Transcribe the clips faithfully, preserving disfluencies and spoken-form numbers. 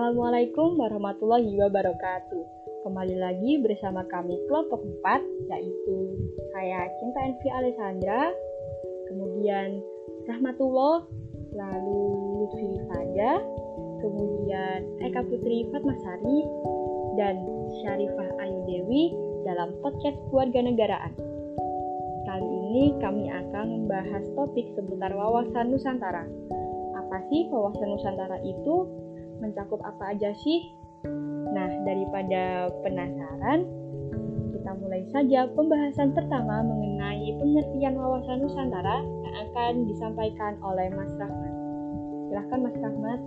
Assalamualaikum warahmatullahi wabarakatuh. Kembali lagi bersama kami kelompok empat, yaitu saya Cinta Envy Alessandra, kemudian Rahmatullah, lalu Lutfi Rifada, kemudian Eka Putri Fatmasari, dan Syarifah Ayu Dewi dalam podcast Kewarganegaraan. Kali ini kami akan membahas topik seputar wawasan Nusantara. Apa sih wawasan Nusantara itu? Mencakup apa aja sih? Nah, daripada penasaran, kita mulai saja pembahasan pertama mengenai pengertian wawasan Nusantara yang akan disampaikan oleh Mas Rahmat. Silahkan Mas Rahmat.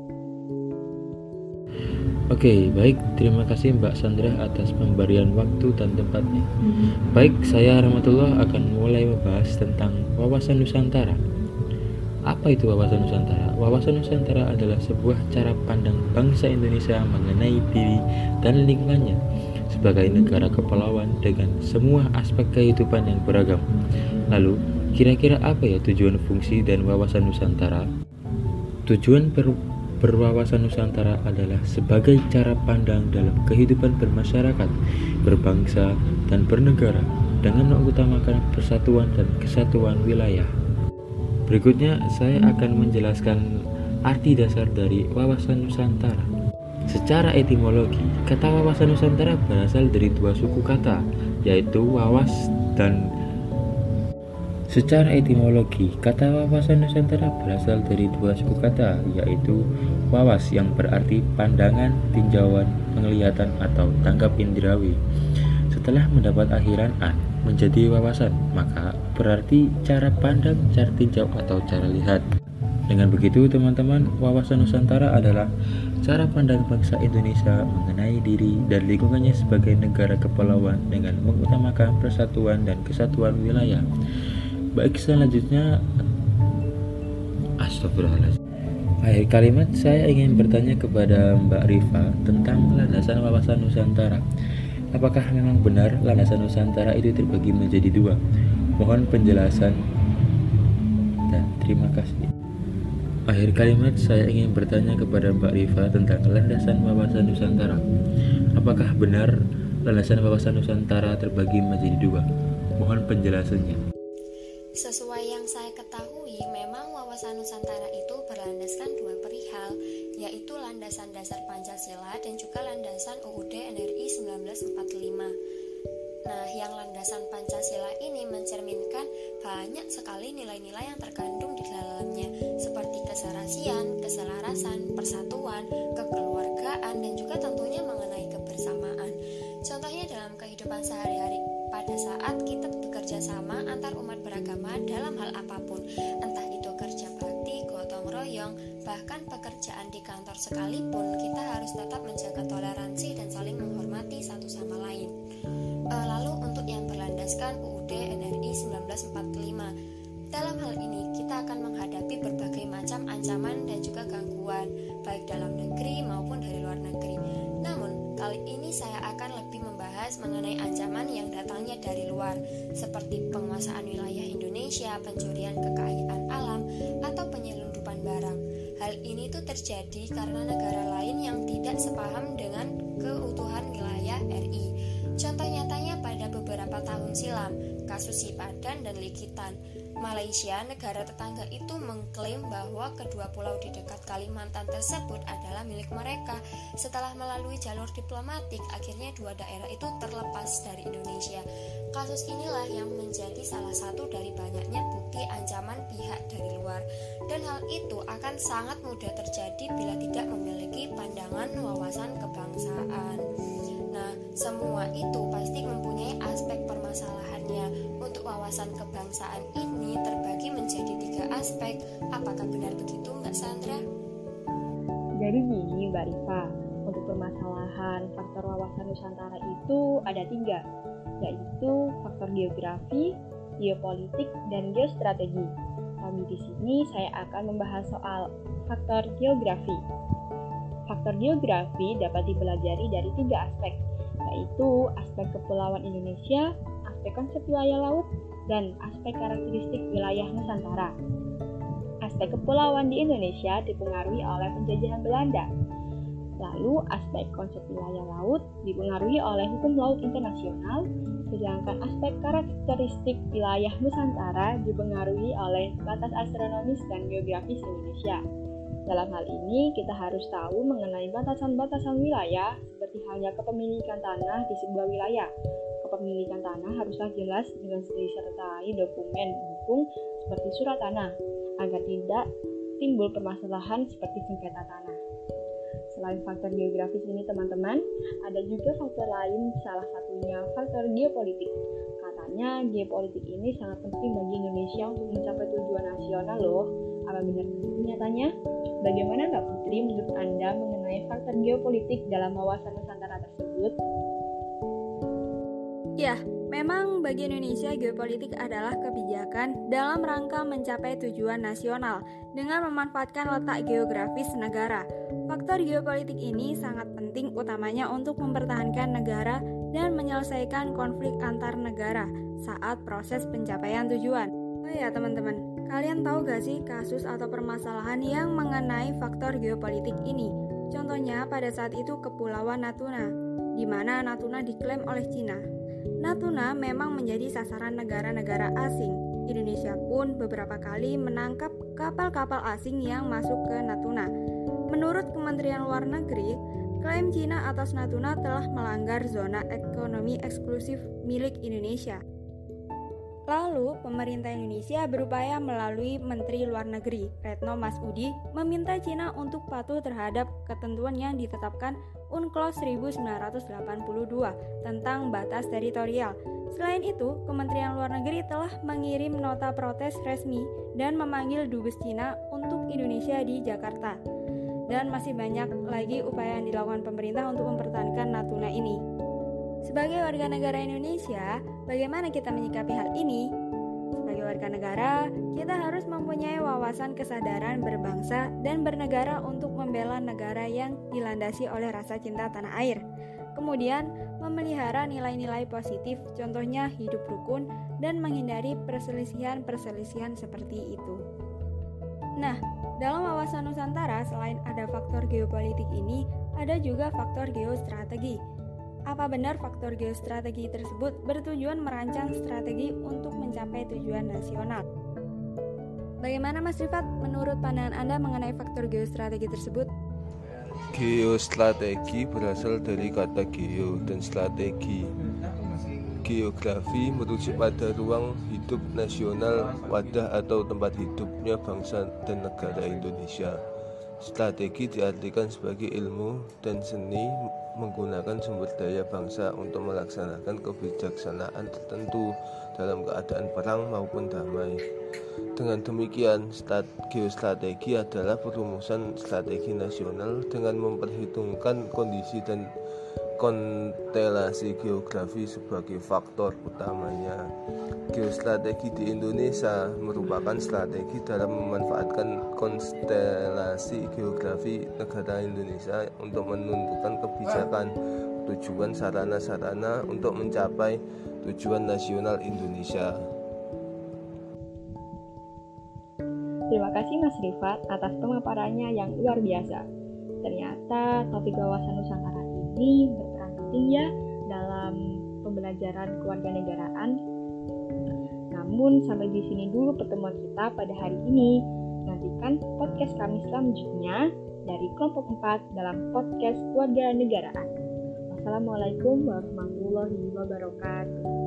Oke, baik. Terima kasih Mbak Sandra atas pemberian waktu dan tempatnya. Baik, saya Rahmatullah akan mulai membahas tentang wawasan Nusantara. Apa itu wawasan Nusantara? Wawasan Nusantara adalah sebuah cara pandang bangsa Indonesia mengenai diri dan lingkungannya sebagai negara kepulauan dengan semua aspek kehidupan yang beragam. Lalu, kira-kira apa ya tujuan, fungsi, dan wawasan Nusantara? Tujuan ber- berwawasan Nusantara adalah sebagai cara pandang dalam kehidupan bermasyarakat, berbangsa, dan bernegara dengan mengutamakan persatuan dan kesatuan wilayah. Berikutnya saya akan menjelaskan arti dasar dari wawasan Nusantara. Secara etimologi, kata wawasan Nusantara berasal dari dua suku kata, yaitu wawas dan Secara etimologi, kata wawasan Nusantara berasal dari dua suku kata, yaitu wawas yang berarti pandangan, tinjauan, penglihatan atau tangkap indrawi. Setelah mendapat akhiran an menjadi wawasan, maka berarti cara pandang, cara tinjau atau cara lihat. Dengan begitu teman-teman, wawasan Nusantara adalah cara pandang bangsa Indonesia mengenai diri dan lingkungannya sebagai negara kepulauan dengan mengutamakan persatuan dan kesatuan wilayah. Baik, selanjutnya Astagfirullahaladzim. Akhir kalimat saya ingin bertanya kepada Mbak Rifa tentang landasan wawasan Nusantara. Apakah memang benar landasan Nusantara itu terbagi menjadi dua? Mohon penjelasan dan terima kasih. Akhir kalimat saya ingin bertanya kepada Mbak Rifa tentang landasan wawasan Nusantara. Apakah benar landasan wawasan Nusantara terbagi menjadi dua? Mohon penjelasannya. Sesuai yang saya ketahui, memang wawasan Nusantara itu berlandaskan dua perihal, yaitu landasan dasar Pancasila dan juga landasan U U D N R I seribu sembilan ratus empat puluh lima. Nah, yang landasan Pancasila ini mencerminkan banyak sekali nilai-nilai yang terkandung di dalamnya, seperti keserasian, keselarasan, persatuan, kekeluargaan, dan juga tentunya mengenai kebersamaan. Contohnya dalam kehidupan sehari-hari, pada saat kita bekerja sama antar umat beragama dalam hal apapun, entah itu kerja bakti, gotong royong, bahkan pekerjaan di kantor sekalipun, kita harus tetap menjaga toleransi dan saling menghormati satu sama lain. E, lalu untuk yang berlandaskan U U D N R I seribu sembilan ratus empat puluh lima, dalam hal ini kita akan menghadapi berbagai macam ancaman dan juga gangguan, baik dalam negeri maupun dari luar negeri. Namun, kali ini saya akan lebih membahas mengenai ancaman yang datangnya dari luar, seperti penguasaan wilayah Indonesia, pencurian kekayaan alam, atau penyelundupan barang. Hal ini tuh terjadi karena negara lain yang tidak sepaham dengan keutuhan wilayah R I. Contoh nyatanya pada beberapa tahun silam, kasus Sipadan dan Likitan. Malaysia, negara tetangga itu mengklaim bahwa kedua pulau di dekat Kalimantan tersebut adalah milik mereka. Setelah melalui jalur diplomatik, akhirnya dua daerah itu terlepas dari Indonesia. Kasus inilah yang menjadi salah satu dari banyaknya bukti ancaman pihak dari luar. Dan hal itu akan sangat mudah terjadi bila tidak memiliki pandangan wawasan kebangsaan. Nah, semua itu pasti mempunyai aspek permasalahannya. Untuk wawasan kebangsaan ini terbagi menjadi tiga aspek. Apakah benar begitu, Mbak Sandra? Jadi gini Mbak Rifa, untuk permasalahan faktor wawasan Nusantara itu ada tiga, yaitu faktor geografi, geopolitik, dan geostrategi. Tapi di sini saya akan membahas soal faktor geografi. Faktor geografi dapat dipelajari dari tiga aspek, yaitu aspek kepulauan Indonesia, aspek konsep wilayah laut, dan aspek karakteristik wilayah Nusantara. Aspek kepulauan di Indonesia dipengaruhi oleh penjajahan Belanda. Lalu aspek konsep wilayah laut dipengaruhi oleh hukum laut internasional, sedangkan aspek karakteristik wilayah Nusantara dipengaruhi oleh batas astronomis dan geografis Indonesia. Dalam hal ini, kita harus tahu mengenai batasan-batasan wilayah, seperti halnya kepemilikan tanah di sebuah wilayah. Kepemilikan tanah haruslah jelas dengan disertai dokumen pendukung seperti surat tanah, agar tidak timbul permasalahan seperti sengketa tanah. Selain faktor geografis ini teman-teman, ada juga faktor lain, salah satunya faktor geopolitik. Katanya geopolitik ini sangat penting bagi Indonesia untuk mencapai tujuan nasional loh. Apa benar begitu nyatanya? Bagaimana Kak Putri menurut Anda mengenai faktor geopolitik dalam wawasan Nusantara tersebut? Ya, memang bagi Indonesia geopolitik adalah kebijakan dalam rangka mencapai tujuan nasional dengan memanfaatkan letak geografis negara. Faktor geopolitik ini sangat penting utamanya untuk mempertahankan negara dan menyelesaikan konflik antar negara saat proses pencapaian tujuan. Oh ya teman-teman, kalian tahu gak sih kasus atau permasalahan yang mengenai faktor geopolitik ini? Contohnya pada saat itu Kepulauan Natuna, di mana Natuna diklaim oleh Cina. Natuna memang menjadi sasaran negara-negara asing. Indonesia pun beberapa kali menangkap kapal-kapal asing yang masuk ke Natuna. Menurut Kementerian Luar Negeri, klaim Cina atas Natuna telah melanggar zona ekonomi eksklusif milik Indonesia. Lalu, pemerintah Indonesia berupaya melalui Menteri Luar Negeri, Retno Marsudi, meminta Cina untuk patuh terhadap ketentuan yang ditetapkan UNCLOS seribu sembilan ratus delapan puluh dua tentang batas teritorial. Selain itu, Kementerian Luar Negeri telah mengirim nota protes resmi dan memanggil Dubes Cina untuk Indonesia di Jakarta. Dan masih banyak lagi upaya yang dilakukan pemerintah untuk mempertahankan Natuna ini. Sebagai warga negara Indonesia, bagaimana kita menyikapi hal ini? Sebagai warga negara, kita harus mempunyai wawasan kesadaran berbangsa dan bernegara untuk membela negara yang dilandasi oleh rasa cinta tanah air. Kemudian, memelihara nilai-nilai positif, contohnya hidup rukun dan menghindari perselisihan-perselisihan seperti itu. Nah, dalam wawasan Nusantara, selain ada faktor geopolitik ini, ada juga faktor geostrategi. Apa benar faktor geostrategi tersebut bertujuan merancang strategi untuk mencapai tujuan nasional? Bagaimana Mas Rifat, menurut pandangan Anda mengenai faktor geostrategi tersebut? Geostrategi berasal dari kata geo dan strategi. Geografi merujuk pada ruang hidup nasional, wadah atau tempat hidupnya bangsa dan negara Indonesia. Strategi diartikan sebagai ilmu dan seni menggunakan sumber daya bangsa untuk melaksanakan kebijaksanaan tertentu dalam keadaan perang maupun damai. Dengan demikian, geostrategi adalah perumusan strategi nasional dengan memperhitungkan kondisi dan konstelasi geografi sebagai faktor utamanya. Geostrategi di Indonesia merupakan strategi dalam memanfaatkan konstelasi geografi negara Indonesia untuk menentukan kebijakan, tujuan, sarana-sarana untuk mencapai tujuan nasional Indonesia. Terima kasih Mas Rifat atas pemaparannya yang luar biasa. Ternyata topik wawasan Nusantara ini berperan penting ya dalam pembelajaran kewarganegaraan. Namun sampai di sini dulu pertemuan kita pada hari ini. Nantikan podcast kami selanjutnya dari kelompok empat dalam podcast kewarganegaraan. Wassalamualaikum warahmatullahi wabarakatuh.